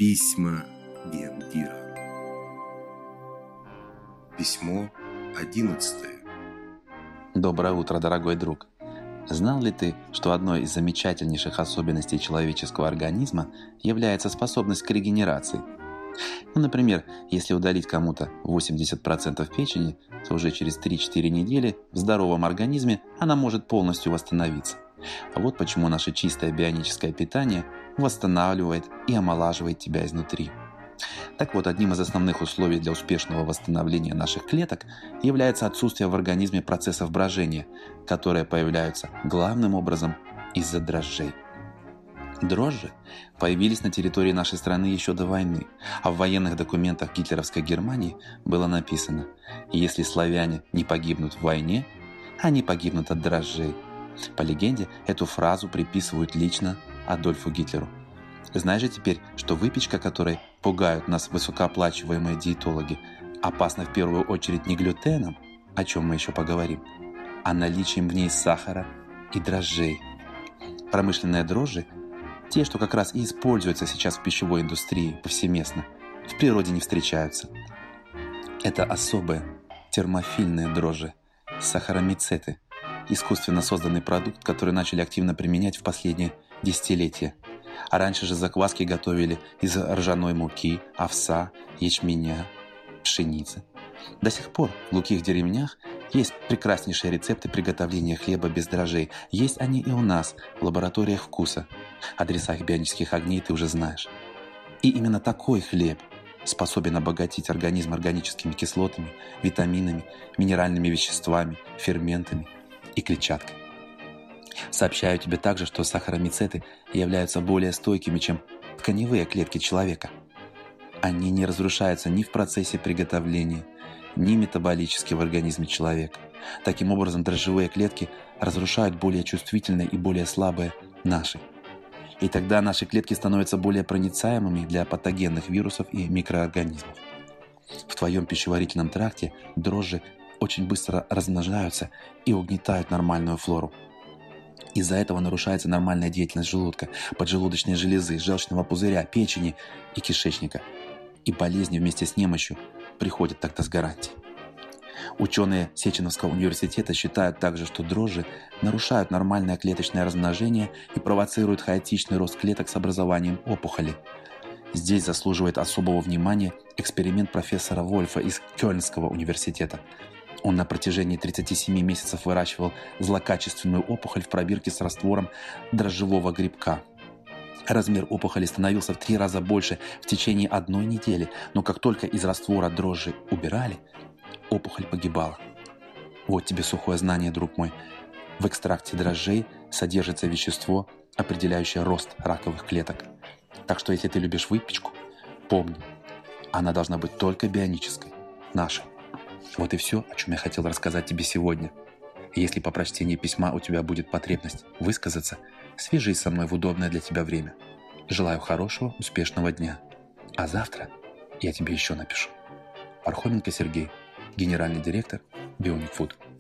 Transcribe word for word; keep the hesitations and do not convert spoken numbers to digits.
Письма Гендира. Письмо одиннадцатое. Доброе утро, дорогой друг. Знал ли ты, что одной из замечательнейших особенностей человеческого организма является способность к регенерации? Ну, например, если удалить кому-то восемьдесят процентов печени, то уже через три-четыре недели в здоровом организме она может полностью восстановиться. А вот почему наше чистое бионическое питание восстанавливает и омолаживает тебя изнутри. Так вот, одним из основных условий для успешного восстановления наших клеток является отсутствие в организме процессов брожения, которые появляются главным образом из-за дрожжей. Дрожжи появились на территории нашей страны еще до войны, а в военных документах гитлеровской Германии было написано: «Если славяне не погибнут в войне, они погибнут от дрожжей». По легенде, эту фразу приписывают лично Адольфу Гитлеру. Знаешь же теперь, что выпечка, которой пугают нас высокооплачиваемые диетологи, опасна в первую очередь не глютеном, о чем мы еще поговорим, а наличием в ней сахара и дрожжей. Промышленные дрожжи, те, что как раз и используются сейчас в пищевой индустрии повсеместно, в природе не встречаются. Это особые термофильные дрожжи, сахаромицеты, искусственно созданный продукт, который начали активно применять в последние десятилетия. А раньше же закваски готовили из ржаной муки, овса, ячменя, пшеницы. До сих пор в глухих деревнях есть прекраснейшие рецепты приготовления хлеба без дрожжей. Есть они и у нас, в лабораториях вкуса. Адреса их бионических огней ты уже знаешь. И именно такой хлеб способен обогатить организм органическими кислотами, витаминами, минеральными веществами, ферментами и клетчаткой. Сообщаю тебе также, что сахаромицеты являются более стойкими, чем тканевые клетки человека. Они не разрушаются ни в процессе приготовления, ни метаболически в организме человека. Таким образом, дрожжевые клетки разрушают более чувствительные и более слабые наши. И тогда наши клетки становятся более проницаемыми для патогенных вирусов и микроорганизмов. В твоем пищеварительном тракте дрожжи очень быстро размножаются и угнетают нормальную флору. Из-за этого нарушается нормальная деятельность желудка, поджелудочной железы, желчного пузыря, печени и кишечника. И болезни вместе с немощью приходят тогда с гарантией. Ученые Сеченовского университета считают также, что дрожжи нарушают нормальное клеточное размножение и провоцируют хаотичный рост клеток с образованием опухолей. Здесь заслуживает особого внимания эксперимент профессора Вольфа из Кёльнского университета. Он на протяжении тридцати семи месяцев выращивал злокачественную опухоль в пробирке с раствором дрожжевого грибка. Размер опухоли становился в три раза больше в течение одной недели, но как только из раствора дрожжи убирали, опухоль погибала. Вот тебе сухое знание, друг мой. В экстракте дрожжей содержится вещество, определяющее рост раковых клеток. Так что если ты любишь выпечку, помни, она должна быть только бионической, нашей. Вот и все, о чем я хотел рассказать тебе сегодня. Если по прочтении письма у тебя будет потребность высказаться, свяжись со мной в удобное для тебя время. Желаю хорошего, успешного дня. А завтра я тебе еще напишу. Пархоменко Сергей, генеральный директор Bionic Food.